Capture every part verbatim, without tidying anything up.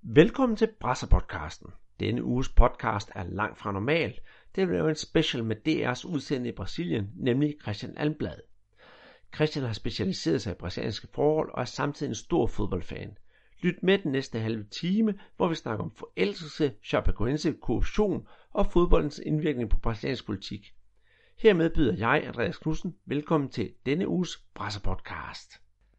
Velkommen til Brasser-podcasten. Denne uges podcast er langt fra normal. Det vil være en special med D R's udsendte i Brasilien, nemlig Christian Almblad. Christian har specialiseret sig i brasilianske forhold og er samtidig en stor fodboldfan. Lyt med den næste halve time, hvor vi snakker om forelskelse, chapecoense, korruption og fodboldens indvirkning på brasiliansk politik. Hermed byder jeg, Andreas Knudsen, velkommen til denne uges Brasser-podcast.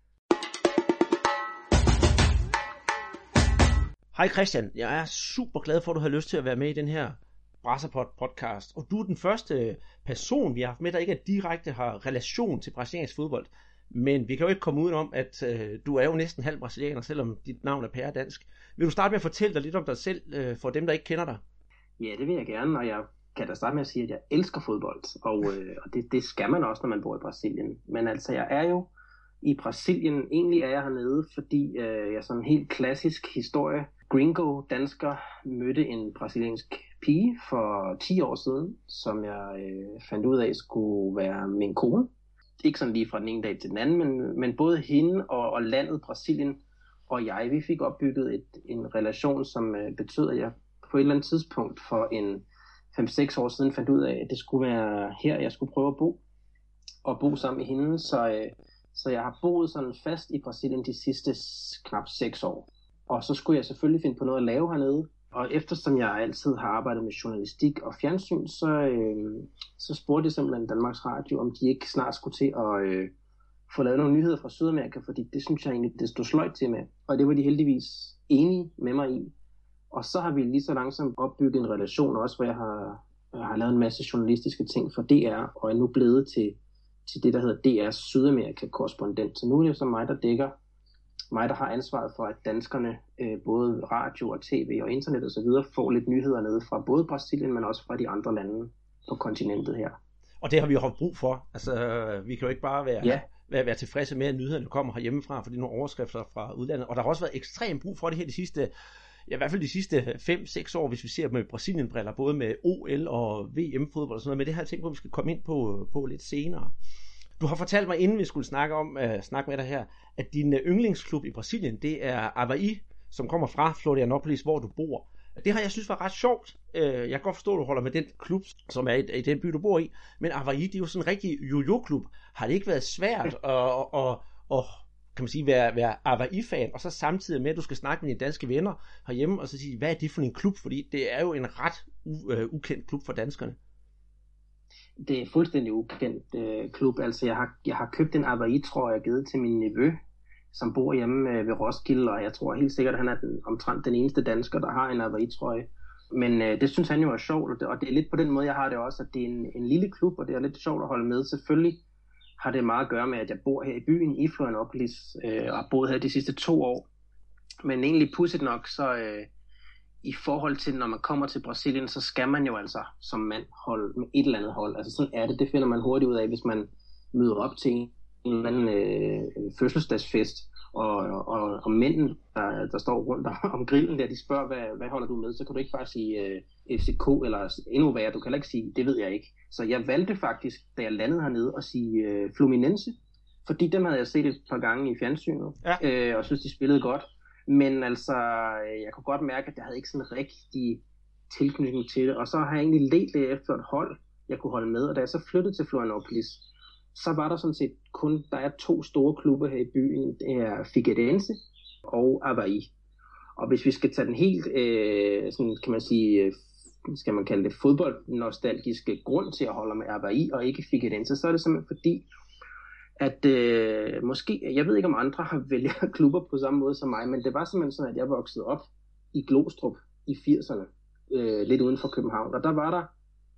Hej Christian, jeg er super glad for, at du har lyst til at være med i den her Brasser-podcast. Og du er den første person, vi har haft med, der ikke direkte har relation til brasiliansk fodbold. Men vi kan jo ikke komme udenom, at øh, du er jo næsten halv brasilianer, selvom dit navn er pæredansk. Vil du starte med at fortælle dig lidt om dig selv, øh, for dem, der ikke kender dig? Ja, det vil jeg gerne, og jeg kan da starte med at sige, at jeg elsker fodbold. Og, øh, og det, det skal man også, når man bor i Brasilien. Men altså, jeg er jo i Brasilien. Egentlig er jeg hernede, fordi øh, jeg som en helt klassisk historie, gringo dansker, mødte en brasiliansk pige for ti år siden, som jeg øh, fandt ud af skulle være min kone. Ikke sådan lige fra den ene dag til den anden, men, men både hende og, og landet Brasilien og jeg, vi fik opbygget et, en relation, som øh, betød, at jeg på et eller andet tidspunkt for en fem seks år siden fandt ud af, at det skulle være her, jeg skulle prøve at bo, og bo sammen med hende. Så, øh, så jeg har boet sådan fast i Brasilien de sidste knap seks år. Og så skulle jeg selvfølgelig finde på noget at lave hernede. Og eftersom jeg altid har arbejdet med journalistik og fjernsyn, så, øh, så spurgte jeg simpelthen Danmarks Radio, om de ikke snart skulle til at øh, få lavet nogle nyheder fra Sydamerika, fordi det synes jeg egentlig, det stod sløjt til med. Og det var de heldigvis enige med mig i. Og så har vi lige så langsomt opbygget en relation også, hvor jeg har, jeg har lavet en masse journalistiske ting for D R, og er nu blevet til, til det, der hedder D R's Sydamerika-korrespondent. Så nu er det så mig, der dækker mig, der har ansvaret for, at danskerne, øh, både radio og tv og internet og så videre, får lidt nyheder nede fra både Brasilien, men også fra de andre lande på kontinentet her. Og det har vi jo haft brug for. Altså, vi kan jo ikke bare være, ja. være, være tilfredse med, at nyhederne kommer herhjemmefra, for det er nogle overskrifter fra udlandet. Og der har også været ekstremt brug for det her de sidste, ja, i hvert fald de sidste fem seks år, hvis vi ser med Brasilien-briller, både med O L og V M-fodbold og sådan noget. Men det har jeg tænkt på, at vi skal komme ind på, på lidt senere. Du har fortalt mig, inden vi skulle snakke om uh, snakke med dig her, at din uh, yndlingsklub i Brasilien, det er Avaí, som kommer fra Florianópolis, hvor du bor. Det har jeg synes var ret sjovt. Uh, jeg kan godt forstå, at du holder med den klub, som er i, i den by, du bor i. Men Avaí, det er jo sådan en rigtig jojo-klub. Har det ikke været svært at, at, at, at kan man sige, være, være Avaí-fan, og så samtidig med, at du skal snakke med dine danske venner herhjemme, og så sige, hvad er det for en klub? Fordi det er jo en ret u, uh, ukendt klub for danskerne. Det er fuldstændig ukendt øh, klub. Altså, jeg har, jeg har købt en Avaí-trøje og givet til min nevø, som bor hjemme øh, ved Roskilde, og jeg tror helt sikkert, at han er den, omtrent den eneste dansker, der har en Avaí-trøje. Men øh, det synes han jo er sjovt, og det, og det er lidt på den måde, jeg har det også, at det er en, en lille klub, og det er lidt sjovt at holde med. Selvfølgelig har det meget at gøre med, at jeg bor her i byen, i Florianópolis, øh, og har boet her de sidste to år. Men egentlig pudsigt nok, så... Øh, i forhold til, når man kommer til Brasilien, så skal man jo altså som mand holde med et eller andet hold. Altså sådan er det. Det finder man hurtigt ud af, hvis man møder op til en eller anden øh, fødselsdagsfest, og, og, og mænden, der, der står rundt om grillen der, de spørger, hvad, hvad holder du med? Så kan du ikke bare sige øh, F C K, eller endnu værre, du kan heller ikke sige, det ved jeg ikke. Så jeg valgte faktisk, da jeg landede hernede, at sige øh, Fluminense, fordi dem havde jeg set et par gange i fjernsynet, ja. øh, og synes, de spillede godt. Men altså, jeg kunne godt mærke, at jeg havde ikke sådan en rigtig tilknytning til det. Og så har jeg egentlig let lidt efter et hold, jeg kunne holde med. Og da jeg så flyttede til Florianópolis, så var der sådan set kun, der er to store klubber her i byen. Det er Figueirense og Avaí. Og hvis vi skal tage den helt, øh, sådan kan man sige, skal man kalde det fodboldnostalgiske grund til at holde med Avaí og ikke Figueirense, så er det simpelthen fordi, at øh, måske, jeg ved ikke om andre har vælger klubber på samme måde som mig, men det var simpelthen sådan, at jeg voksede op i Glostrup i firserne, øh, lidt uden for København, og der var der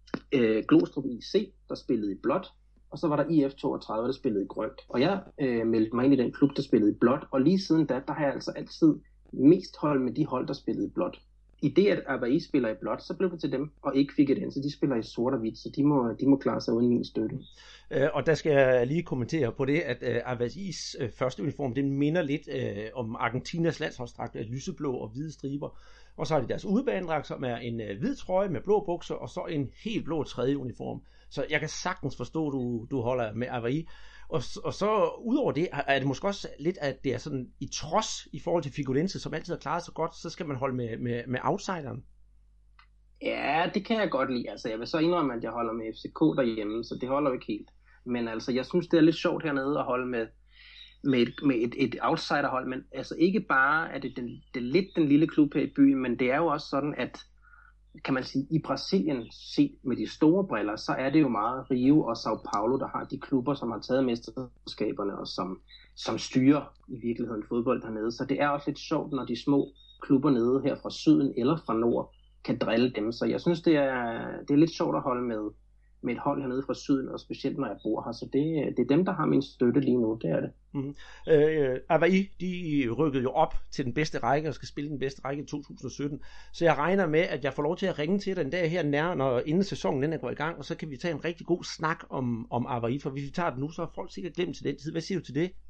øh, Glostrup I C, der spillede i blåt, og så var der I F toogtredive, der spillede i grønt, og jeg øh, meldte mig ind i den klub, der spillede i blåt, og lige siden da, der har jeg altså altid mest holdt med de hold, der spillede i blåt. I det, at Avaí spiller i blåt, så blev det til dem, og ikke Figueirense, de spiller i sort og hvidt, så de må, de må klare sig uden min støtte. Øh, og der skal jeg lige kommentere på det, at øh, Avaís øh, første uniform, den minder lidt øh, om Argentinas landsholdsdragt, lyseblå og hvide striber. Og så har de deres udebanedragt, som er en øh, hvid trøje med blå bukser, og så en helt blå tredje uniform. Så jeg kan sagtens forstå, at du, du holder med Avaí. Og, og så udover det, er det måske også lidt, at det er sådan i trods i forhold til Figueirense, som altid har klaret så godt, så skal man holde med, med, med outsideren. Ja, det kan jeg godt lide. Altså, jeg vil så indrømme, at jeg holder med F C K derhjemme, så det holder jo ikke helt. Men altså, jeg synes, det er lidt sjovt hernede at holde med, med, et, med et, et outsiderhold. Men altså ikke bare, at det, det, det er lidt den lille klub her i byen, men det er jo også sådan, at kan man sige, i Brasilien, set med de store briller, så er det jo meget Rio og São Paulo, der har de klubber, som har taget mesterskaberne, og som, som styrer i virkeligheden fodbold dernede. Så det er også lidt sjovt, når de små klubber nede her fra syden eller fra nord kan drille dem. Så jeg synes, det er, det er lidt sjovt at holde med, med et hold hernede fra syden, og specielt når jeg bor her. Så det, det er dem, der har min støtte lige nu, det er det. Mm-hmm. Øh, Avaí, de rykkede jo op til den bedste række, og skal spille den bedste række i to tusind og sytten. Så jeg regner med, at jeg får lov til at ringe til dig en dag her nær, når inden sæsonen den er gået i gang, og så kan vi tage en rigtig god snak om, om Avaí, for hvis vi tager det nu, så har folk sikkert glemt til den tid. Hvad siger du til det?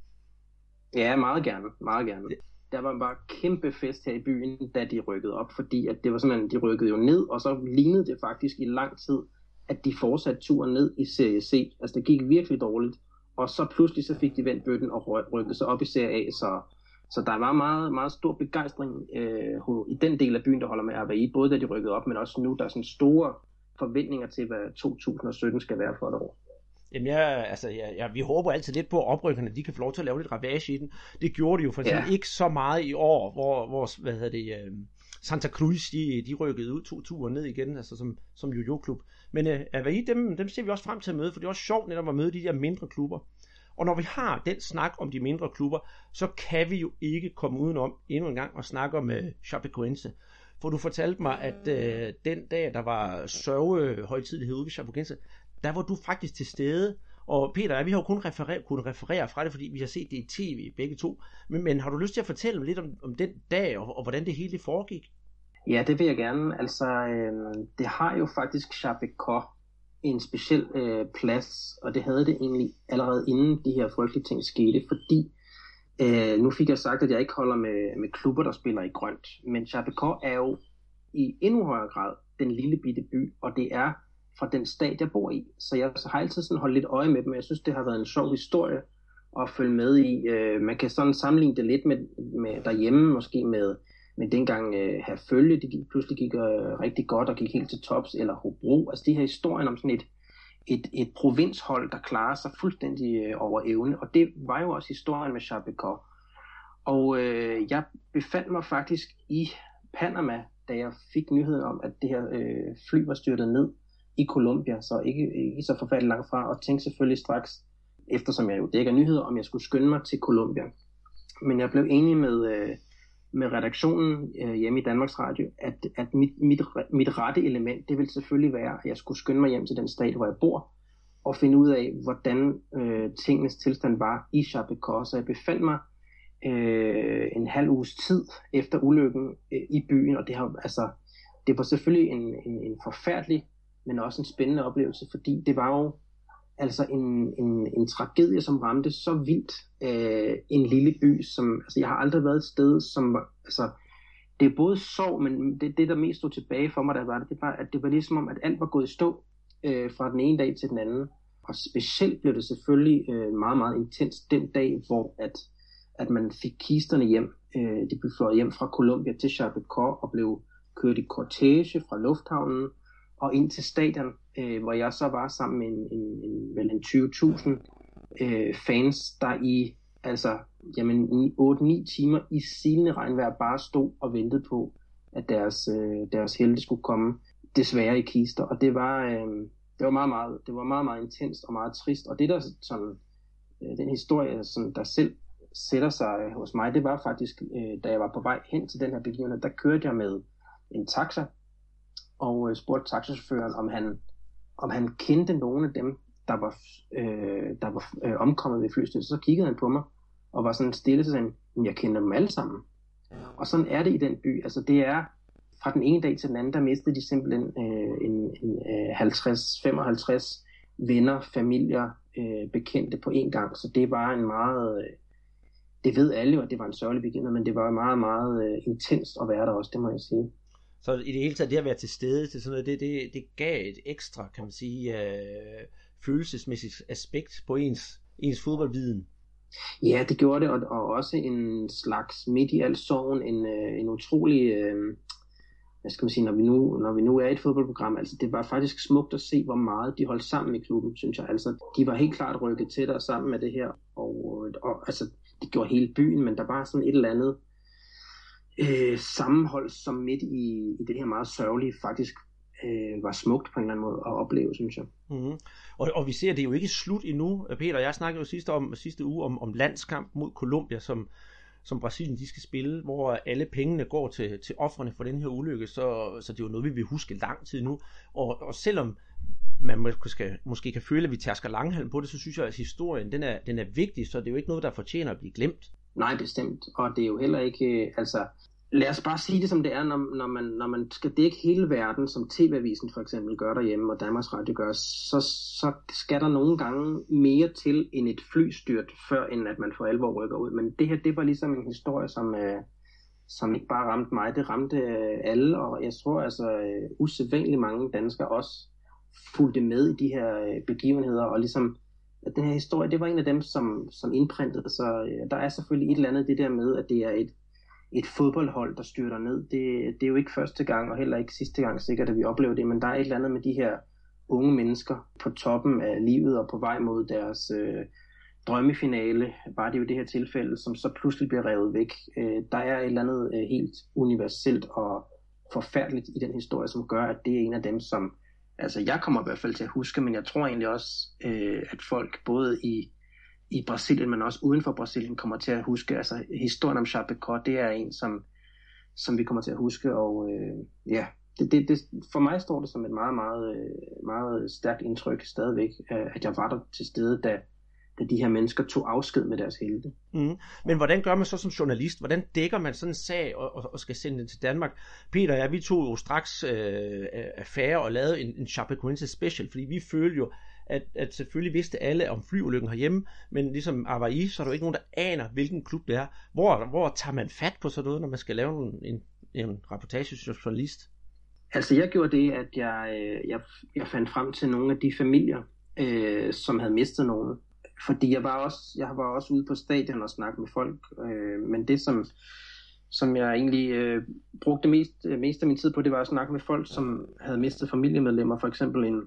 Ja, meget gerne, meget gerne. Der var bare kæmpe fest her i byen, da de rykkede op, fordi at det var simpelthen, de rykkede jo ned, og så lignede det faktisk i lang tid, at de fortsatte turen ned i Serie C. Altså det gik virkelig dårligt, og så pludselig så fik de vendt bøtten og rykkede sig op i Serie A, så, så der var meget, meget stor begejstring øh, i den del af byen, der holder med Avaí, både da de rykkede op, men også nu, der er sådan store forventninger til, hvad to tusind og sytten skal være for et år. Jamen ja, altså, ja, ja, vi håber altid lidt på, at oprykkerne de kan få lov til at lave lidt ravage i den. Det gjorde de jo for eksempel ja. ikke så meget i år, hvor, hvor hvad hedder det, uh, Santa Cruz, de, de rykkede ud to ture ned igen, altså som, som jojo-klub. Men uh, Avaí, dem, dem ser vi også frem til at møde, for det er også sjovt netop at møde de der mindre klubber. Og når vi har den snak om de mindre klubber, så kan vi jo ikke komme udenom endnu en gang og snakke om uh, Chapecoense. For du fortalte mig, at uh, den dag, der var sørgehøjtidelighed ude ved Chapecoense, der var du faktisk til stede, og Peter, vi har jo kun referer, kunnet referere fra det, fordi vi har set det i tv begge to, men, men har du lyst til at fortælle lidt om, om den dag, og, og hvordan det hele foregik? Ja, det vil jeg gerne. Altså, øh, det har jo faktisk Chapecó en speciel øh, plads, og det havde det egentlig allerede inden de her frygtelige ting skete, fordi øh, nu fik jeg sagt, at jeg ikke holder med, med klubber, der spiller i grønt, men Chapecó er jo i endnu højere grad den lille bitte by, og det er fra den stat, jeg bor i. Så jeg har altid sådan holdt lidt øje med dem, og jeg synes, det har været en sjov historie at følge med i. Øh, man kan sådan sammenligne det lidt med, med derhjemme, måske med, med dengang øh, Herfølge, det gik, pludselig gik øh, rigtig godt og gik helt til tops, eller Hobro. Altså de her historier om sådan et, et, et provinshold, der klarer sig fuldstændig øh, over evne, og det var jo også historien med Chapecó. Og øh, jeg befandt mig faktisk i Panama, da jeg fik nyheden om, at det her øh, fly var styrtet ned i Colombia, så ikke, ikke så forfærdeligt langt fra, og tænkte selvfølgelig straks, eftersom jeg jo dækker nyheder, om jeg skulle skynde mig til Colombia. Men jeg blev enig med, øh, med redaktionen øh, hjemme i Danmarks Radio, at, at mit, mit, mit rette element, det ville selvfølgelig være, at jeg skulle skynde mig hjem til den stat, hvor jeg bor, og finde ud af, hvordan øh, tingenes tilstand var i Chapecó. Så jeg befandt mig øh, en halv uges tid efter ulykken øh, i byen, og det, har, altså, det var selvfølgelig en, en, en forfærdelig, men også en spændende oplevelse, fordi det var jo altså en, en, en tragedie, som ramte så vildt øh, en lille by, som, altså jeg har aldrig været et sted, som, altså det er både sorg, men det, det der mest stod tilbage for mig, der var det, det var, at det var ligesom om, at alt var gået i stå øh, fra den ene dag til den anden, og specielt blev det selvfølgelig øh, meget, meget intens den dag, hvor at, at man fik kisterne hjem, øh, de blev fløjet hjem fra Colombia til Chapecó, og blev kørt i kortege fra lufthavnen, og ind til stadion, øh, hvor jeg så var sammen med en, en, en, vel en tyve tusind øh, fans, der i altså, jamen, otte ni timer i silende regnvejr bare stod og ventede på, at deres, øh, deres helte skulle komme, desværre i kister. Og det var, øh, det var, meget, meget, det var meget, meget intenst og meget trist. Og det der sådan, øh, den historie, sådan, der selv sætter sig hos mig, det var faktisk, øh, da jeg var på vej hen til den her begivenhed, der kørte jeg med en taxa, og spurgte taxachaufføren, om han, om han kendte nogen af dem, der var, øh, der var øh, omkommet ved flystyrtet. Så kiggede han på mig, og var sådan stille, så sagde han, jeg kender dem alle sammen. Og sådan er det i den by. Altså det er, fra den ene dag til den anden, der mistede de simpelthen øh, en, en øh, halvtreds femoghalvtreds venner, familier, øh, bekendte på én gang. Så det var en meget, øh, det ved alle jo, at det var en sørgelig begivenhed, men det var meget, meget øh, intenst at være der også, det må jeg sige. Så i det hele taget, det at være til stede til sådan noget, det, det, det gav et ekstra, kan man sige, øh, følelsesmæssigt aspekt på ens ens fodboldviden. Ja, det gjorde det, og, og også en slags midt i alt sorgen, en, en utrolig, øh, hvad skal man sige, når vi, nu, når vi nu er i et fodboldprogram, altså det var faktisk smukt at se, hvor meget de holdt sammen i klubben, synes jeg. Altså, de var helt klart rykket tættere sammen med det her, og, og altså, det gjorde hele byen, men der var sådan et eller andet øh, sammenhold, som midt i, i det her meget sørgelige faktisk øh, var smukt på en eller anden måde at opleve, synes jeg. Mm-hmm. Og, og vi ser, det er jo ikke slut endnu, Peter. Jeg snakkede jo sidste, om, sidste uge om, om landskamp mod Colombia, som, som Brasilien de skal spille, hvor alle pengene går til, til ofrene for den her ulykke, så, så det er jo noget, vi vil huske lang tid nu. Og, og selvom man måske, skal, måske kan føle, at vi tærsker langhalm på det, så synes jeg, at historien den er, den er vigtig, så det er jo ikke noget, der fortjener at blive glemt. Nej, bestemt. Og det er jo heller ikke, altså, lad os bare sige det som det er, når, når, man, når man skal dække hele verden, som T V-avisen for eksempel gør derhjemme, og Danmarks Radio gør, så, så skal der nogle gange mere til end et flystyrt, før end at man for alvor rykker ud. Men det her, det var ligesom en historie, som, øh, som ikke bare ramte mig, det ramte øh, alle, og jeg tror altså øh, usædvanligt mange danskere også fulgte med i de her øh, begivenheder, og ligesom at den her historie, det var en af dem, som, som indprintede, så øh, der er selvfølgelig et eller andet det der med, at det er et et fodboldhold, der styrter ned. Det, det er jo ikke første gang, og heller ikke sidste gang sikkert, at vi oplever det, men der er et eller andet med de her unge mennesker på toppen af livet og på vej mod deres øh, drømmefinale, var det jo det her tilfælde, som så pludselig bliver revet væk. Øh, der er et eller andet øh, helt universelt og forfærdeligt i den historie, som gør, at det er en af dem, som altså jeg kommer i hvert fald til at huske, men jeg tror egentlig også, øh, at folk både i i Brasilien, men også uden for Brasilien, kommer til at huske, altså historien om Chapecó, det er en, som, som vi kommer til at huske, og øh, ja, det, det, det, for mig står det som et meget, meget, meget stærkt indtryk stadigvæk, at jeg var der til stede, da, da de her mennesker tog afsked med deres helte. Mm. Men hvordan gør man så som journalist? Hvordan dækker man sådan en sag og, og, og skal sende den til Danmark? Peter og jeg, vi tog jo straks øh, affære og lavede en, en Chapecoense special, fordi vi følte jo, At, at selvfølgelig vidste alle om flyulykken herhjemme, men ligesom Avaí, så er der jo ikke nogen, der aner, hvilken klub det er. Hvor, hvor tager man fat på sådan noget, når man skal lave en, en, en reportage som journalist? Altså jeg gjorde det, at jeg, jeg, jeg fandt frem til nogle af de familier, øh, som havde mistet nogen. Fordi jeg var også, jeg var også ude på stadion og snakkede med folk, øh, men det som, som jeg egentlig øh, brugte mest, mest af min tid på, det var at snakke med folk, som havde mistet familiemedlemmer, for eksempel en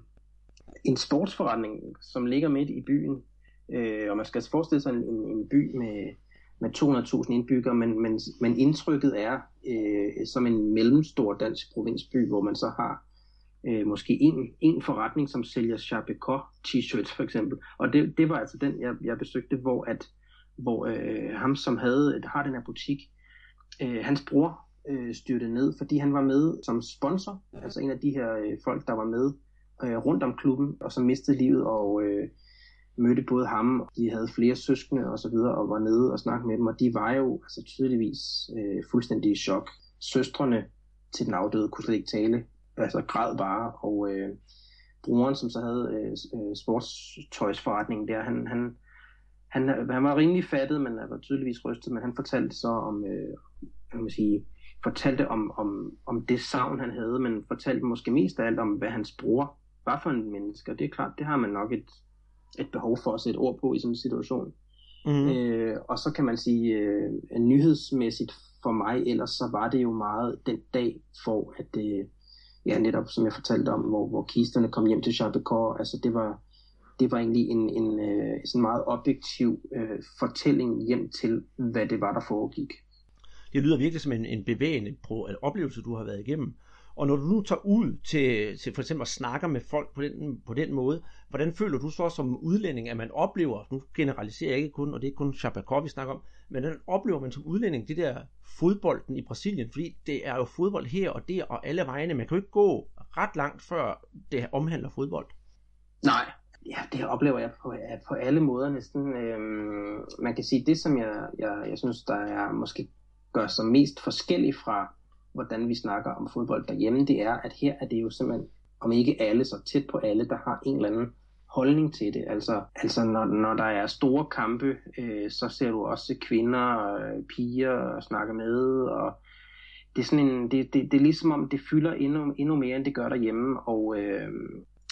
en sportsforretning, som ligger midt i byen, øh, og man skal forestille sig en, en by med, med to hundrede tusind indbyggere, men, men, men indtrykket er øh, som en mellemstor dansk provinsby, hvor man så har øh, måske en, en forretning, som sælger Chapecó t-shirts for eksempel, og det, det var altså den, jeg, jeg besøgte, hvor, at, hvor øh, ham, som havde, har den her butik, øh, hans bror øh, styrte ned, fordi han var med som sponsor, altså en af de her øh, folk, der var med rundt om klubben, og så mistede livet, og øh, mødte både ham, de havde flere søskende og så videre, og var nede og snakkede med dem, og de var jo altså tydeligvis øh, fuldstændig i chok. Søstrene til den afdøde kunne slet ikke tale, altså græd bare, og øh, broren, som så havde øh, sportstøjsforretningen der, han, han, han, han var rimelig fattet, men han var tydeligvis rystet, men han fortalte så om, øh, kan man sige, fortalte om, om, om det savn, han havde, men fortalte måske mest af alt om, hvad hans bror var for en menneske, og det er klart, det har man nok et, et behov for at sætte ord på i sådan en situation. Mm. Øh, og så kan man sige, øh, nyhedsmæssigt for mig, ellers så var det jo meget den dag, for at det, ja netop som jeg fortalte om, hvor, hvor kisterne kom hjem til Chapecó, altså det var, det var egentlig en, en øh, sådan meget objektiv øh, fortælling hjem til, hvad det var, der foregik. Det lyder virkelig som en, en bevægende oplevelse, du har været igennem. Og når du nu tager ud til, til for eksempel at snakke med folk på den, på den måde, hvordan føler du så som udlænding, at man oplever, nu generaliserer jeg ikke kun, og det er kun Chapecó, vi snakker om, men hvordan oplever man som udlænding det der fodbolden i Brasilien? Fordi det er jo fodbold her og der og alle vegne. Man kan jo ikke gå ret langt, før det omhandler fodbold. Nej, ja, det oplever jeg på, på alle måder næsten. Øhm, man kan sige, det som jeg, jeg, jeg synes, der er måske gør sig mest forskelligt fra, hvordan vi snakker om fodbold derhjemme, det er, at her er det jo simpelthen, om ikke alle, så tæt på alle, der har en eller anden holdning til det. Altså, altså når, når der er store kampe, øh, så ser du også kvinder og piger snakke med, og det er, sådan en, det, det, det er ligesom om, det fylder endnu, endnu mere, end det gør derhjemme, og, øh,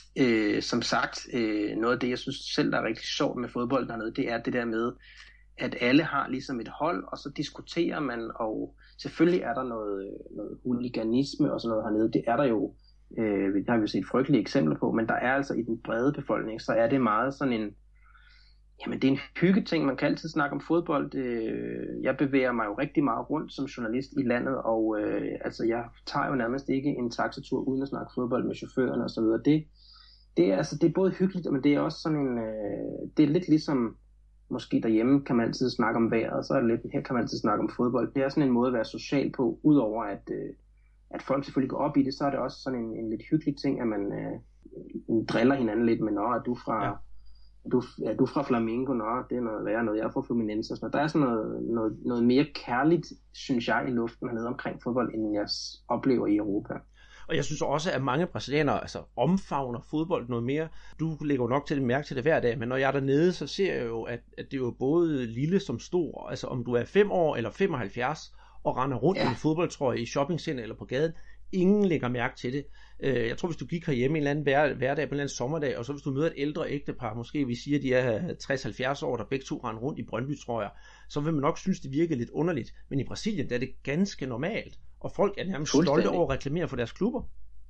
øh, som sagt, øh, noget af det, jeg synes selv, der er rigtig sjovt med fodbold dernede, det er det der med, at alle har ligesom et hold, og så diskuterer man, og selvfølgelig er der noget, noget huliganisme og sådan noget hernede, det er der jo, øh, det har vi jo set frygtelige eksempler på, men der er altså i den brede befolkning, så er det meget sådan en, jamen det er en hyggeting, man kan altid snakke om fodbold. Jeg bevæger mig jo rigtig meget rundt som journalist i landet, og øh, altså jeg tager jo nærmest ikke en taxatur uden at snakke fodbold med chaufførerne og så videre. Det, det, er, altså, det er både hyggeligt, men det er også sådan en, øh, det er lidt ligesom, måske derhjemme kan man altid snakke om vejret, så er det lidt, her kan man altid snakke om fodbold. Det er sådan en måde at være social på, udover at, øh, at folk selvfølgelig går op i det, så er det også sådan en, en lidt hyggelig ting, at man øh, driller hinanden lidt med, når du fra... Ja. Du, ja, du er fra Flamengo, nå, det er noget værre noget, jeg er fra Fluminense og sådan noget. Der er sådan noget, noget, noget mere kærligt, synes jeg, i luften hernede omkring fodbold, end jeg oplever i Europa. Og jeg synes også, at mange brasilianere altså, omfavner fodbold noget mere. Du lægger jo nok til det mærke til det hver dag, men når jeg er dernede, så ser jeg jo, at, at det er jo både lille som stor. Altså om du er fem år eller femoghalvfjerds og render rundt ja. i en fodboldtrøje i shoppingcenter eller på gaden, ingen lægger mærke til det. Jeg tror, hvis du gik herhjemme en eller anden hver, hverdag på en eller anden sommerdag, og så hvis du møder et ældre ægtepar, måske vi siger, at de er tres til halvfjerds år, der begge to render rundt i Brøndby-trøjer, så vil man nok synes, det virker lidt underligt. Men i Brasilien, der er det ganske normalt, og folk er nærmest stolte over at reklamere for deres klubber.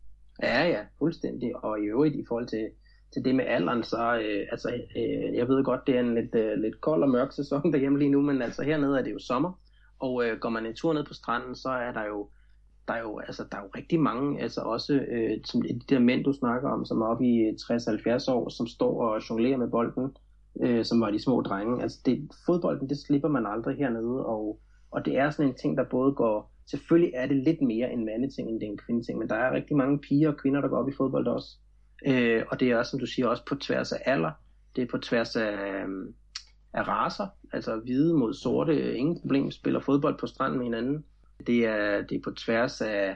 Ja, ja, fuldstændig. Og i øvrigt i forhold til, til det med alderen, så øh, altså, øh, jeg ved godt, det er en lidt, øh, lidt kold og mørk sæson derhjemme lige nu, men altså hernede er det jo sommer, og øh, går man en tur ned på stranden, så er der jo Der er, jo, altså, der er jo rigtig mange, altså også øh, som de der mænd, du snakker om, som er oppe i tres til halvfjerds år, som står og jonglerer med bolden, øh, som var de små drenge. Altså det, fodbolden, det slipper man aldrig hernede, og, og det er sådan en ting, der både går, selvfølgelig er det lidt mere en mandeting, end det er en kvindeting, men der er rigtig mange piger og kvinder, der går op i fodbold også. Øh, og det er også, som du siger, også på tværs af alder, det er på tværs af, øh, af racer, altså hvide mod sorte, ingen problem, spiller fodbold på stranden med hinanden. Det er, det er på tværs af,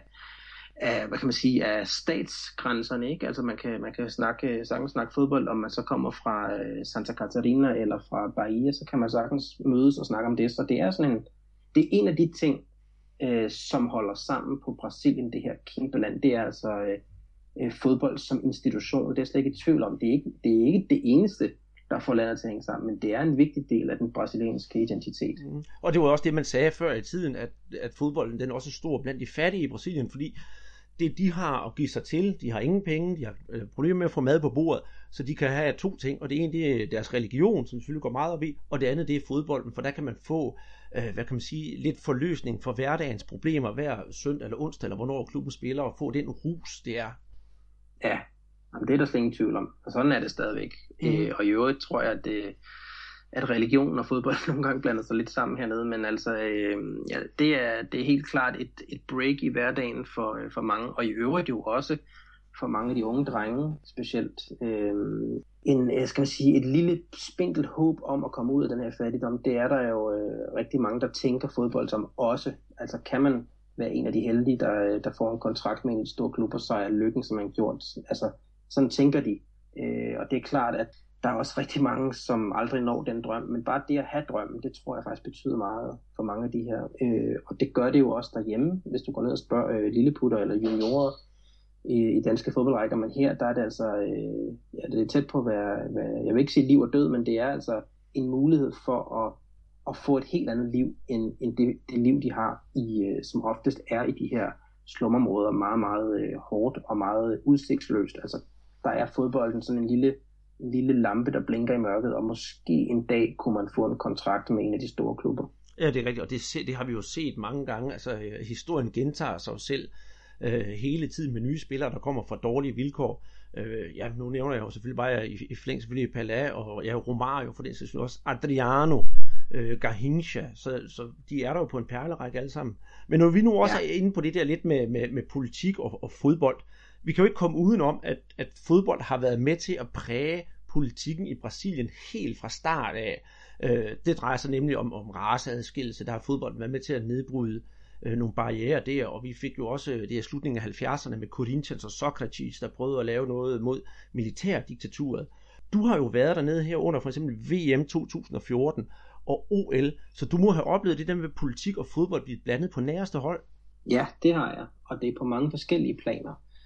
af, hvad kan man sige, af statsgrænserne, ikke? Altså man kan, man kan snakke, sagtens snakke fodbold, om man så kommer fra Santa Catarina eller fra Bahia, så kan man sagtens mødes og snakke om det. Så det er sådan en, det er en af de ting, øh, som holder sammen på Brasilien, det her kæmpe land. Det er altså øh, fodbold som institution. Det er slet ikke i tvivl om. Det er ikke det, er ikke det eneste, der får landet til at hænge sammen, men det er en vigtig del af den brasilianske identitet. Mm. Og det var også det, man sagde før i tiden, at, at fodbolden den er også stor blandt de fattige i Brasilien, fordi det de har at give sig til, de har ingen penge, de har problemer med at få mad på bordet, så de kan have to ting, og det ene det er deres religion, som selvfølgelig går meget op i, og det andet det er fodbolden, for der kan man få, øh, hvad kan man sige, lidt forløsning for hverdagens problemer hver søndag eller onsdag, eller hvornår klubben spiller, og få den rus, det er. Ja. Jamen, det er der slet ingen tvivl om, og sådan er det stadigvæk. Mm. Øh, og i øvrigt tror jeg, at, det, at religion og fodbold nogle gange blander sig lidt sammen hernede, men altså, øh, ja, det, er, det er helt klart et, et break i hverdagen for, for mange, og i øvrigt jo også for mange af de unge drenge, specielt. Øh, en, skal man sige, et lille spinkelt håb om at komme ud af den her fattigdom, det er der jo øh, rigtig mange, der tænker fodbold som også. Altså kan man være en af de heldige, der, der får en kontrakt med en stor klub, og så er lykken, som man har gjort. Altså, sådan tænker de. Øh, og det er klart, at der er også rigtig mange, som aldrig når den drøm. Men bare det at have drømmen, det tror jeg faktisk betyder meget for mange af de her. Øh, og det gør det jo også derhjemme, hvis du går ned og spørger øh, lilleputter eller juniorer i, i danske fodboldrækker. Men her, der er det altså, øh, ja, det er tæt på at være, være, jeg vil ikke sige liv og død, men det er altså en mulighed for at, at få et helt andet liv, end, end det, det liv, de har, i, øh, som oftest er i de her slumområder, meget, meget øh, hårdt og meget udsigtsløst. Altså, der er fodbolden sådan en lille, en lille lampe, der blinker i mørket, og måske en dag kunne man få en kontrakt med en af de store klubber. Ja, det er rigtigt, og det, det har vi jo set mange gange. Altså, historien gentager sig jo selv øh, hele tiden med nye spillere, der kommer fra dårlige vilkår. Øh, ja, nu nævner jeg jo selvfølgelig bare i, i flæng selvfølgelig Pelé, og ja, Romario for det, så også Adriano, øh, Garrincha, så, så de er der jo på en perlerække alle sammen. Men når vi nu også ja. er inde på det der lidt med, med, med politik og, og fodbold, vi kan jo ikke komme udenom, at, at fodbold har været med til at præge politikken i Brasilien helt fra start af. Øh, det drejer sig nemlig om, om raceadskillelse, der har fodbolden været med til at nedbryde øh, nogle barrierer der, og vi fik jo også det i slutningen af halvfjerdserne med Corinthians og Socrates, der prøvede at lave noget mod militærdiktaturet. Du har jo været dernede her under for eksempel V M to tusind og fjorten og O L, så du må have oplevet det der med politik og fodbold blive blandet på næreste hold. Ja, det har jeg, og det er på mange forskellige planer.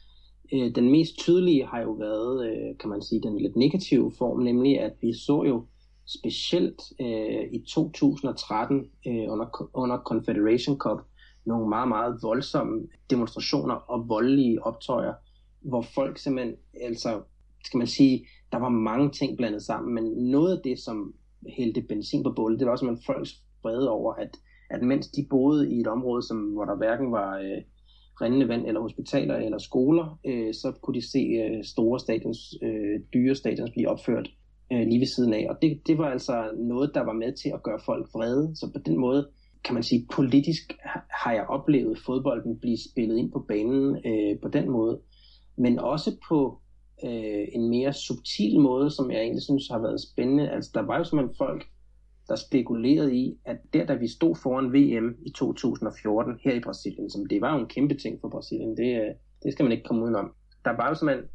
Øh, den mest tydelige har jo været, øh, kan man sige, den lidt negative form, nemlig at vi så jo specielt øh, i to tusind og tretten øh, under, under Confederation Cup nogle meget, meget voldsomme demonstrationer og voldelige optøjer, hvor folk simpelthen, altså skal man sige, der var mange ting blandet sammen, men noget af det, som hældte benzin på bålet, det var også simpelthen folks vrede over, at, at mens de boede i et område, som, hvor der hverken var øh, rindende vand eller hospitaler eller skoler, øh, så kunne de se øh, store stadions, øh, dyre stadions blive opført øh, lige ved siden af. Og det, det var altså noget, der var med til at gøre folk vrede. Så på den måde, kan man sige, politisk har jeg oplevet fodbolden blive spillet ind på banen øh, på den måde. Men også på øh, en mere subtil måde, som jeg egentlig synes har været spændende. Altså der var jo simpelthen folk, der spekulerede i, at der da vi stod foran V M i to tusind og fjorten her i Brasilien, som det var jo en kæmpe ting for Brasilien, det, det skal man ikke komme udenom. Der var jo simpelthen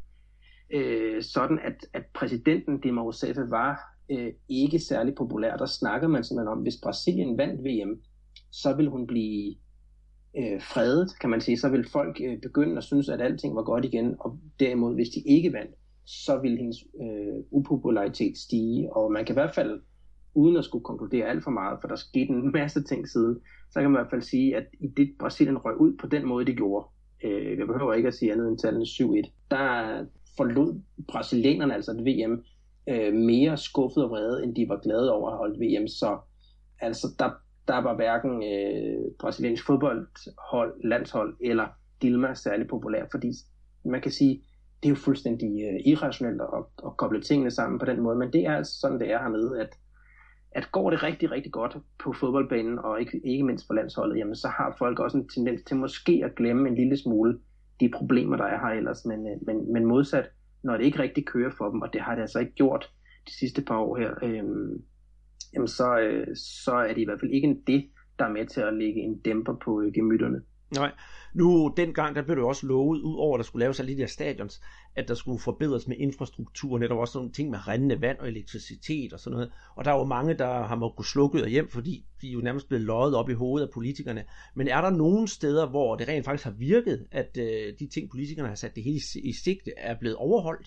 øh, sådan, at, at præsidenten Dilma Rousseff var øh, ikke særlig populær. Der snakkede man simpelthen om, hvis Brasilien vandt V M, så ville hun blive øh, fredet, kan man sige. Så ville folk øh, begynde at synes, at alting var godt igen, og derimod, hvis de ikke vandt, så ville hendes øh, upopularitet stige, og man kan i hvert fald uden at skulle konkludere alt for meget, for der skete en masse ting siden, så kan man i hvert fald sige, at i det Brasilien røg ud på den måde, det gjorde, øh, jeg behøver ikke at sige andet end tallene syv et, der forlod brasilianerne altså et V M øh, mere skuffet og vrede, end de var glade over at holde V M, så altså der, der var hverken øh, brasiliansk fodboldhold, landshold eller Dilma særlig populær, fordi man kan sige, det er jo fuldstændig øh, irrationelt at, at koble tingene sammen på den måde, men det er altså sådan, det er hernede, at at går det rigtig, rigtig godt på fodboldbanen, og ikke, ikke mindst på landsholdet, jamen så har folk også en tendens til måske at glemme en lille smule de problemer, der er her ellers. Men, men, men modsat, når det ikke rigtig kører for dem, og det har det altså ikke gjort de sidste par år her, øh, jamen så, øh, så er det i hvert fald ikke det, der er med til at lægge en dæmper på øh, gemytterne. Nej, nu dengang, der blev det også lovet, ud over at der skulle laves alle de der stadions, at der skulle forbedres med infrastrukturen, der var også nogle ting med rindende vand og elektricitet og sådan noget, og der er jo mange, der har måttet gå slukket hjem, fordi de er jo nærmest blevet løjet op i hovedet af politikerne. Men er der nogle steder, hvor det rent faktisk har virket, at øh, de ting, politikerne har sat det hele i, i sigte, er blevet overholdt?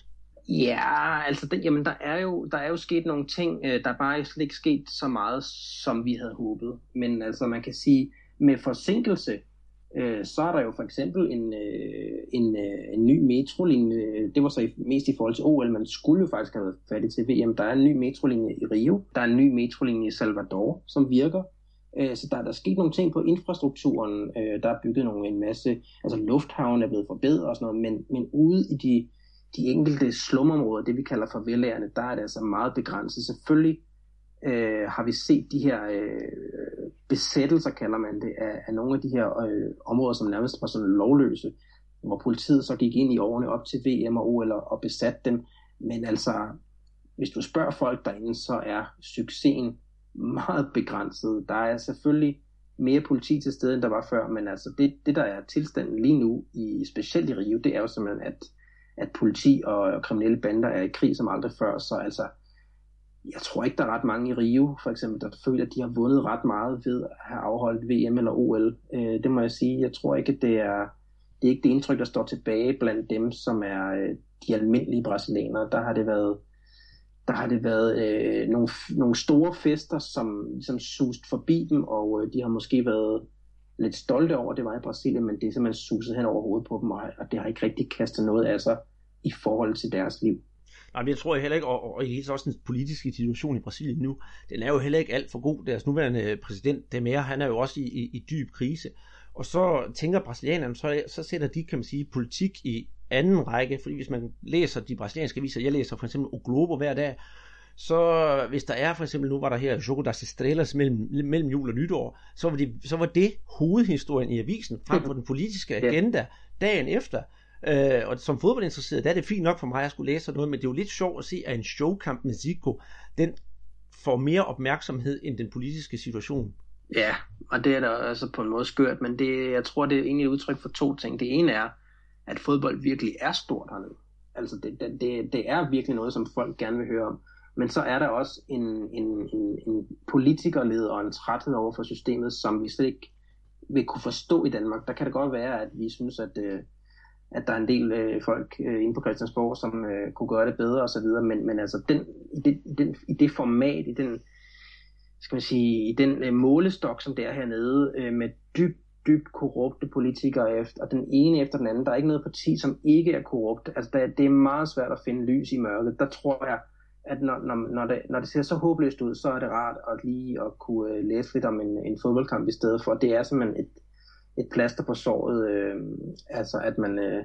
Ja, altså det, jamen der er jo der er jo sket nogle ting, øh, der er bare slet ikke sket så meget, som vi havde håbet. Men altså man kan sige, med forsinkelse, så er der jo for eksempel en, en, en ny metrolinje. Det var så mest i forhold til O L, man skulle jo faktisk have været færdig til V M. Der er en ny metrolinje i Rio, der er en ny metrolinje i Salvador, som virker. Så der er der sket nogle ting på infrastrukturen. Der er bygget nogle, en masse, altså lufthavnen er blevet forbedret og sådan noget, men, men ude i de, de enkelte slumområder, det vi kalder favelaerne, der er det altså meget begrænset. Selvfølgelig øh, har vi set de her øh, besættelser, kalder man det, af, af nogle af de her øh, områder, som nærmest var sådan lovløse, hvor politiet så gik ind i årene op til V M og O L og besatte dem. Men altså, hvis du spørger folk derinde, så er succesen meget begrænset. Der er selvfølgelig mere politi til stede, end der var før, men altså det, det der er tilstanden lige nu, i, specielt i Rio, det er jo simpelthen, at, at politi og kriminelle bander er i krig som aldrig før, så altså jeg tror ikke, der er ret mange i Rio, for eksempel, der føler, at de har vundet ret meget ved at have afholdt V M eller O L. Øh, det må jeg sige. Jeg tror ikke, at det er, det er ikke det indtryk, der står tilbage blandt dem, som er øh, de almindelige brasilianere. Der har det været, der har det været øh, nogle, nogle store fester, som ligesom sust forbi dem, og øh, de har måske været lidt stolte over, at det var i Brasilien, men det er simpelthen suset hen over hovedet på dem, og det har ikke rigtig kastet noget af sig i forhold til deres liv. Nej, men jeg tror heller ikke, og, og i hele også den politiske situation i Brasilien nu, den er jo heller ikke alt for god. Deres nuværende præsident, Temer, han er jo også i, i, i dyb krise. Og så tænker brasilianerne, så, så sætter de, kan man sige, politik i anden række, fordi hvis man læser de brasilianske aviser, jeg læser for eksempel O Globo hver dag, så hvis der er for eksempel, nu var der her Jogo das Estrelas mellem, mellem jul og nytår, så var, det, så var det hovedhistorien i avisen, frem for den politiske agenda dagen efter. Øh, og som fodboldinteresseret, der er det fint nok for mig at skulle læse noget, men det er jo lidt sjovt at se, at en showkamp med Zico, den får mere opmærksomhed end den politiske situation. Ja, og det er da altså på en måde skørt, men det, jeg tror, det er egentlig et udtryk for to ting. Det ene er, at fodbold virkelig er stort hernede. Altså det, det, det, det er virkelig noget, som folk gerne vil høre om. Men så er der også en, en, en, en politikerled og en træthed over for systemet, som vi slet ikke vil kunne forstå i Danmark. Der kan det godt være, at vi synes, at at der er en del øh, folk øh, inde på Christiansborg, som øh, kunne gøre det bedre og så videre, men, men altså den, i, det, i, den, i det format, i den, skal man sige, i den øh, målestok, som det er hernede, øh, med dybt, dybt korrupte politikere efter, og den ene efter den anden, der er ikke noget parti, som ikke er korrupt. Altså der, det er meget svært at finde lys i mørket. Der tror jeg, at når, når, når, det, når det ser så håbløst ud, så er det rart at lige at kunne øh, læse lidt om en, en fodboldkamp i stedet for. Det er simpelthen et et plaster på såret, øh, altså at man, øh,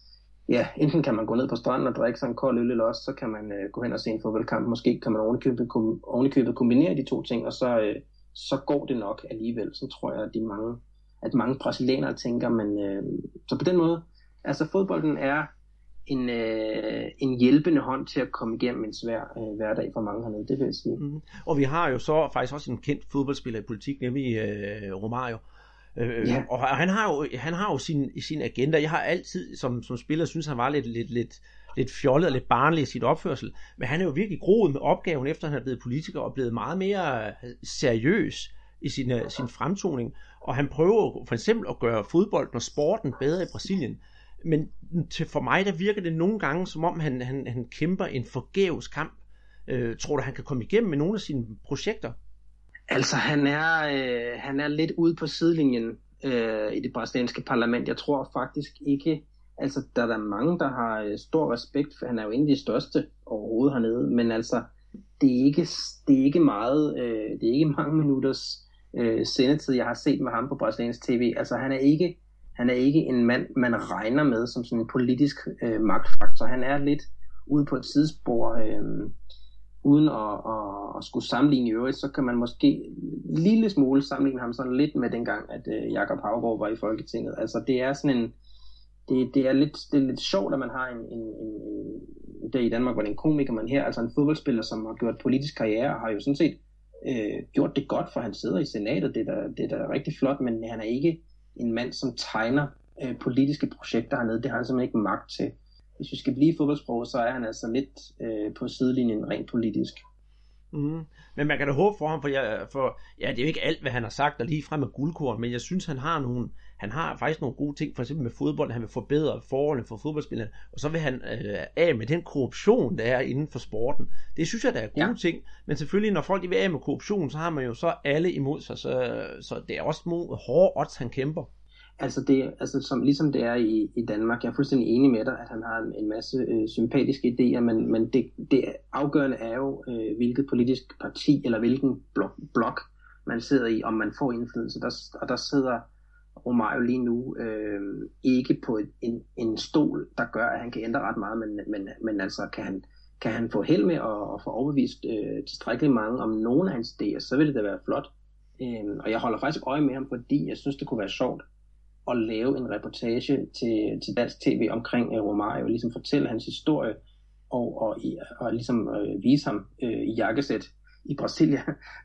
ja, enten kan man gå ned på stranden og drikke sig en kold øl, eller også så kan man øh, gå hen og se en fodboldkamp. Måske kan man ovenikøbet, ovenikøbet kombinere de to ting, og så, øh, så går det nok alligevel. Så tror jeg, at, de mange, at mange brasilianere tænker, men øh, så på den måde, altså fodbolden er en, øh, en hjælpende hånd til at komme igennem en svær øh, hverdag for mange hernede, det vil jeg sige. Mm. Og vi har jo så faktisk også en kendt fodboldspiller i politik, nemlig øh, Romario. Øh, ja. Og han har jo, han har jo sin, sin agenda. Jeg har altid som, som spiller synes han var lidt, lidt, lidt, lidt fjollet og lidt barnlig i sit opførsel, men han er jo virkelig groet med opgaven, efter han er blevet politiker og blevet meget mere seriøs i sin, sin fremtoning, og han prøver for eksempel at gøre fodbolden og sporten bedre i Brasilien, men til for mig der virker det nogle gange som om han, han, han kæmper en forgæves kamp. øh, Tror du han kan komme igennem med nogle af sine projekter? Altså, han er, øh, han er lidt ude på sidelinjen øh, i det brasilianske parlament. Jeg tror faktisk ikke, altså der er der mange, der har øh, stor respekt, for han er jo en af de største overhovedet hernede, men altså, det er ikke, det er ikke meget, øh, det er ikke mange minutters øh, sendetid, jeg har set med ham på brasiliansk tv. Altså, han er ikke, han er ikke en mand, man regner med som sådan en politisk øh, magtfaktor. Han er lidt ude på et sidespor, øh, uden at, at, at skulle sammenligne i øvrigt, så kan man måske en lille smule sammenligne ham sådan lidt med dengang, at uh, Jakob Haugaard var i Folketinget. Altså det er sådan en, det, det, er lidt, det er lidt sjovt, at man har en, en, en, en der i Danmark var det en komiker, man her, altså en fodboldspiller, som har gjort politisk karriere, har jo sådan set øh, gjort det godt, for han sidder i senatet, det er, da, det er da rigtig flot, men han er ikke en mand, som tegner øh, politiske projekter hernede, det har han simpelthen ikke magt til. Hvis vi skal blive i fodboldsproget, så er han altså lidt øh, på sidelinjen rent politisk. Mm. Men man kan da håbe for ham, for, jeg, for ja, det er jo ikke alt, hvad han har sagt, og lige frem med guldkorn, men jeg synes, han har nogle, han har faktisk nogle gode ting, for eksempel med fodbold, han vil forbedre forholdene for fodboldspillerne, og så vil han øh, af med den korruption, der er inden for sporten. Det synes jeg, der er gode ja. ting, men selvfølgelig, når folk vil af med korruption, så har man jo så alle imod sig, så, så det er også mod hårde odds, han kæmper. Altså, det, altså som, ligesom det er i, i Danmark, jeg er fuldstændig enig med dig, at han har en, en masse øh, sympatiske idéer, men, men det, det afgørende er jo, øh, hvilket politisk parti eller hvilken blok, blok man sidder i, om man får indflydelse. Der, og der sidder Romario lige nu øh, ikke på et, en, en stol, der gør, at han kan ændre ret meget, men, men, men altså kan han, kan han få held med at, at få overbevist øh, tilstrækkeligt mange om nogle af hans idéer, så vil det da være flot. Øh, og jeg holder faktisk øje med ham, fordi jeg synes, det kunne være sjovt at lave en reportage til, til dansk tv omkring uh, Romario, ligesom fortælle hans historie, og, og, og ligesom uh, vise ham uh, i jakkesæt i Brasilia,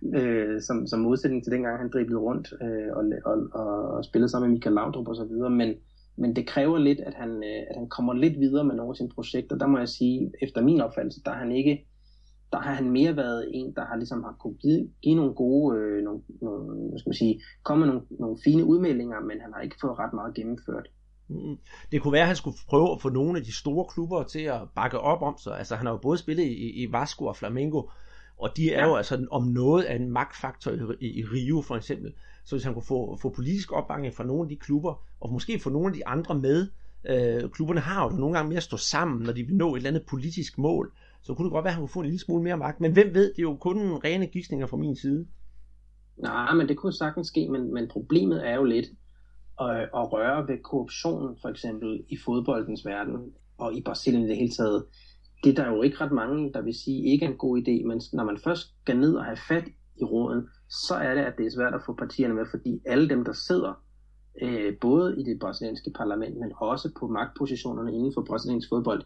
uh, som, som modsætning til dengang han driblede rundt uh, og, og, og spillede sammen med Michael Laudrup og så videre, men, men det kræver lidt, at han, uh, at han kommer lidt videre med nogle af sine projekter. Der må jeg sige, efter min opfattelse, der er han ikke der har han mere været en, der har ligesom har kunne give, give nogle gode, øh, nogle, nogle, hvad skal man sige, komme med nogle, nogle fine udmeldinger, men han har ikke fået ret meget gennemført. Mm. Det kunne være, at han skulle prøve at få nogle af de store klubber til at bakke op om sig. Altså han har jo både spillet i, i Vasco og Flamengo, og de er ja. jo altså om noget af en magtfaktor i, i, i Rio for eksempel. Så hvis han kunne få, få politisk opbakning fra nogle af de klubber, og måske få nogle af de andre med, øh, klubberne har jo nogle gange mere at stå sammen, når de vil nå et eller andet politisk mål, så kunne det godt være, at han kunne få en lille smule mere magt. Men hvem ved, det er jo kun rene gidsninger fra min side. Nej, men det kunne sagtens ske, men, men problemet er jo lidt at, at røre ved korruption, for eksempel i fodboldens verden, og i Brasilien i det hele taget. Det er der jo ikke ret mange, der vil sige ikke er en god idé, men når man først skal ned og have fat i råden, så er det, at det er svært at få partierne med, fordi alle dem, der sidder, øh, både i det brasilianske parlament, men også på magtpositionerne inden for brasiliansk fodbold,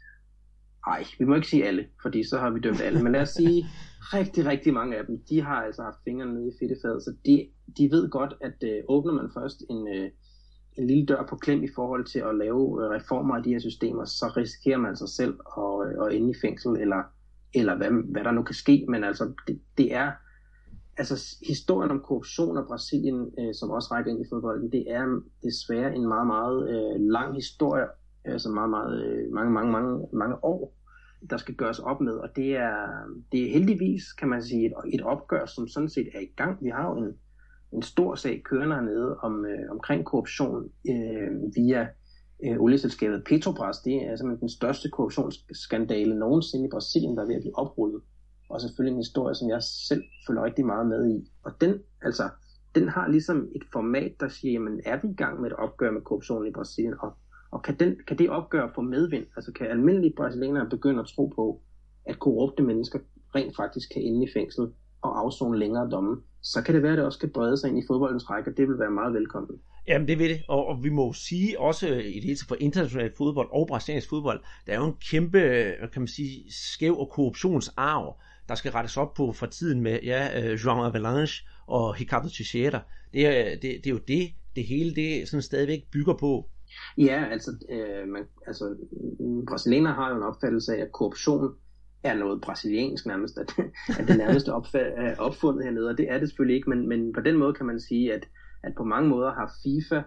ej, vi må ikke sige alle, fordi så har vi dømt alle, men lad os sige, rigtig, rigtig mange af dem, de har altså haft fingrene nede i fedtefadet, så de, de ved godt, at øh, åbner man først en, øh, en lille dør på klem i forhold til at lave øh, reformer af de her systemer, så risikerer man sig selv at, at ende i fængsel, eller, eller hvad, hvad der nu kan ske, men altså, det, det er, altså historien om korruption af Brasilien, øh, som også rækker ind i fodbolden, det er desværre en meget, meget øh, lang historie, altså meget, meget, mange, mange, mange, mange år, der skal gøres op med, og det er, det er heldigvis, kan man sige, et, et opgør, som sådan set er i gang. Vi har jo en, en stor sag kørende hernede om, øh, omkring korruption øh, via øh, olieselskabet Petrobras. Det er simpelthen den største korruptionsskandale nogensinde i Brasilien, der er ved at blive oprullet. Og selvfølgelig en historie, som jeg selv følger rigtig meget med i. Og den, altså, den har ligesom et format, der siger, jamen er vi i gang med et opgør med korruption i Brasilien, og Og kan, den, kan det opgør få medvind? Altså kan almindelige brasilianere begynde at tro på, at korrupte mennesker rent faktisk kan ende i fængsel og afzone længere domme, så kan det være, at det også kan brede sig ind i fodboldens række, og det vil være meget velkommen. Jamen det vil det, og, og vi må sige også i det hele for international fodbold og brasiliansk fodbold, der er jo en kæmpe, kan man sige, skæv og korruptionsarv, der skal rettes op på fra tiden med ja, João Avalanche og Ricardo Teixeira. Det er, det, det er jo det, det hele det sådan stadigvæk bygger på. Ja, altså, øh, man, altså brasilianere har jo en opfattelse af, at korruption er noget brasiliansk nærmest, at, at det nærmest er opfundet hernede, og det er det selvfølgelig ikke, men, men på den måde kan man sige, at, at på mange måder har FIFA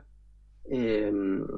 øh,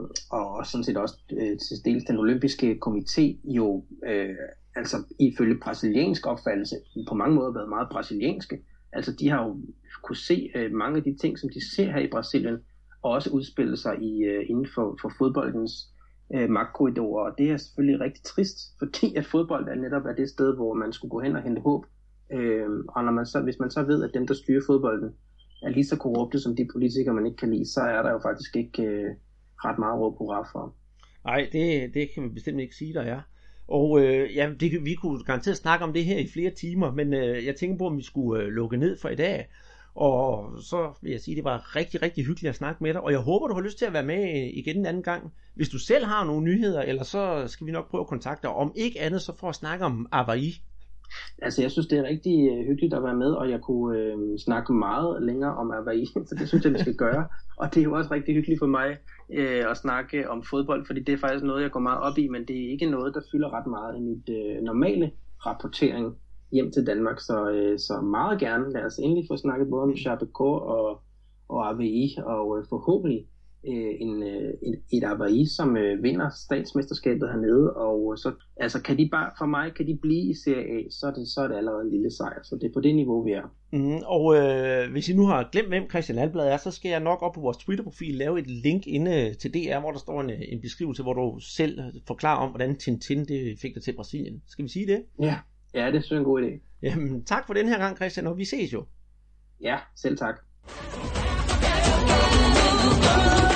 og sådan set også øh, til dels den olympiske komité jo øh, altså ifølge brasiliansk opfattelse på mange måder været meget brasilianske. Altså de har jo kunne se øh, mange af de ting, som de ser her i Brasilien, og også udspille sig i, uh, inden for, for fodboldens uh, magtkorridorer. Og det er selvfølgelig rigtig trist, fordi at fodbold er netop er det sted, hvor man skulle gå hen og hente håb. Uh, og når man så, hvis man så ved, at dem, der styrer fodbolden, er lige så korrupte som de politikere, man ikke kan lide, så er der jo faktisk ikke uh, ret meget råb hurra for. Nej, det, det kan vi bestemt ikke sige, der er. Og øh, ja, det, vi kunne garanteret snakke om det her i flere timer, men øh, jeg tænker på, om vi skulle øh, lukke ned for i dag. Og så vil jeg sige, at det var rigtig, rigtig hyggeligt at snakke med dig, og jeg håber, du har lyst til at være med igen en anden gang. Hvis du selv har nogle nyheder, eller så skal vi nok prøve at kontakte dig. Om ikke andet, så for at snakke om Avaí. Altså, jeg synes, det er rigtig hyggeligt at være med, og jeg kunne øh, snakke meget længere om Avaí, så det synes jeg, vi skal gøre. Og det er jo også rigtig hyggeligt for mig øh, at snakke om fodbold, fordi det er faktisk noget, jeg går meget op i, men det er ikke noget, der fylder ret meget i mit øh, normale rapportering hjem til Danmark, så, øh, så meget gerne. Lad os endelig få snakket både om Chapecoense og, og Avaí, og øh, forhåbentlig øh, en, øh, en, et Avaí, som øh, vinder statsmesterskabet hernede, og så altså kan de bare, for mig kan de blive i Serie A, så er det, så er det allerede en lille sejr, så det er på det niveau, vi er. Mm, og øh, hvis I nu har glemt, hvem Christian Alblad er, så skal jeg nok op på vores Twitter-profil lave et link inde til D R, hvor der står en, en beskrivelse, hvor du selv forklarer om, hvordan Tintin det fik dig til Brasilien. Skal vi sige det? Ja. Ja, det synes jeg er en god idé. Jamen, tak for den her gang, Christian, og vi ses jo. Ja, selv tak.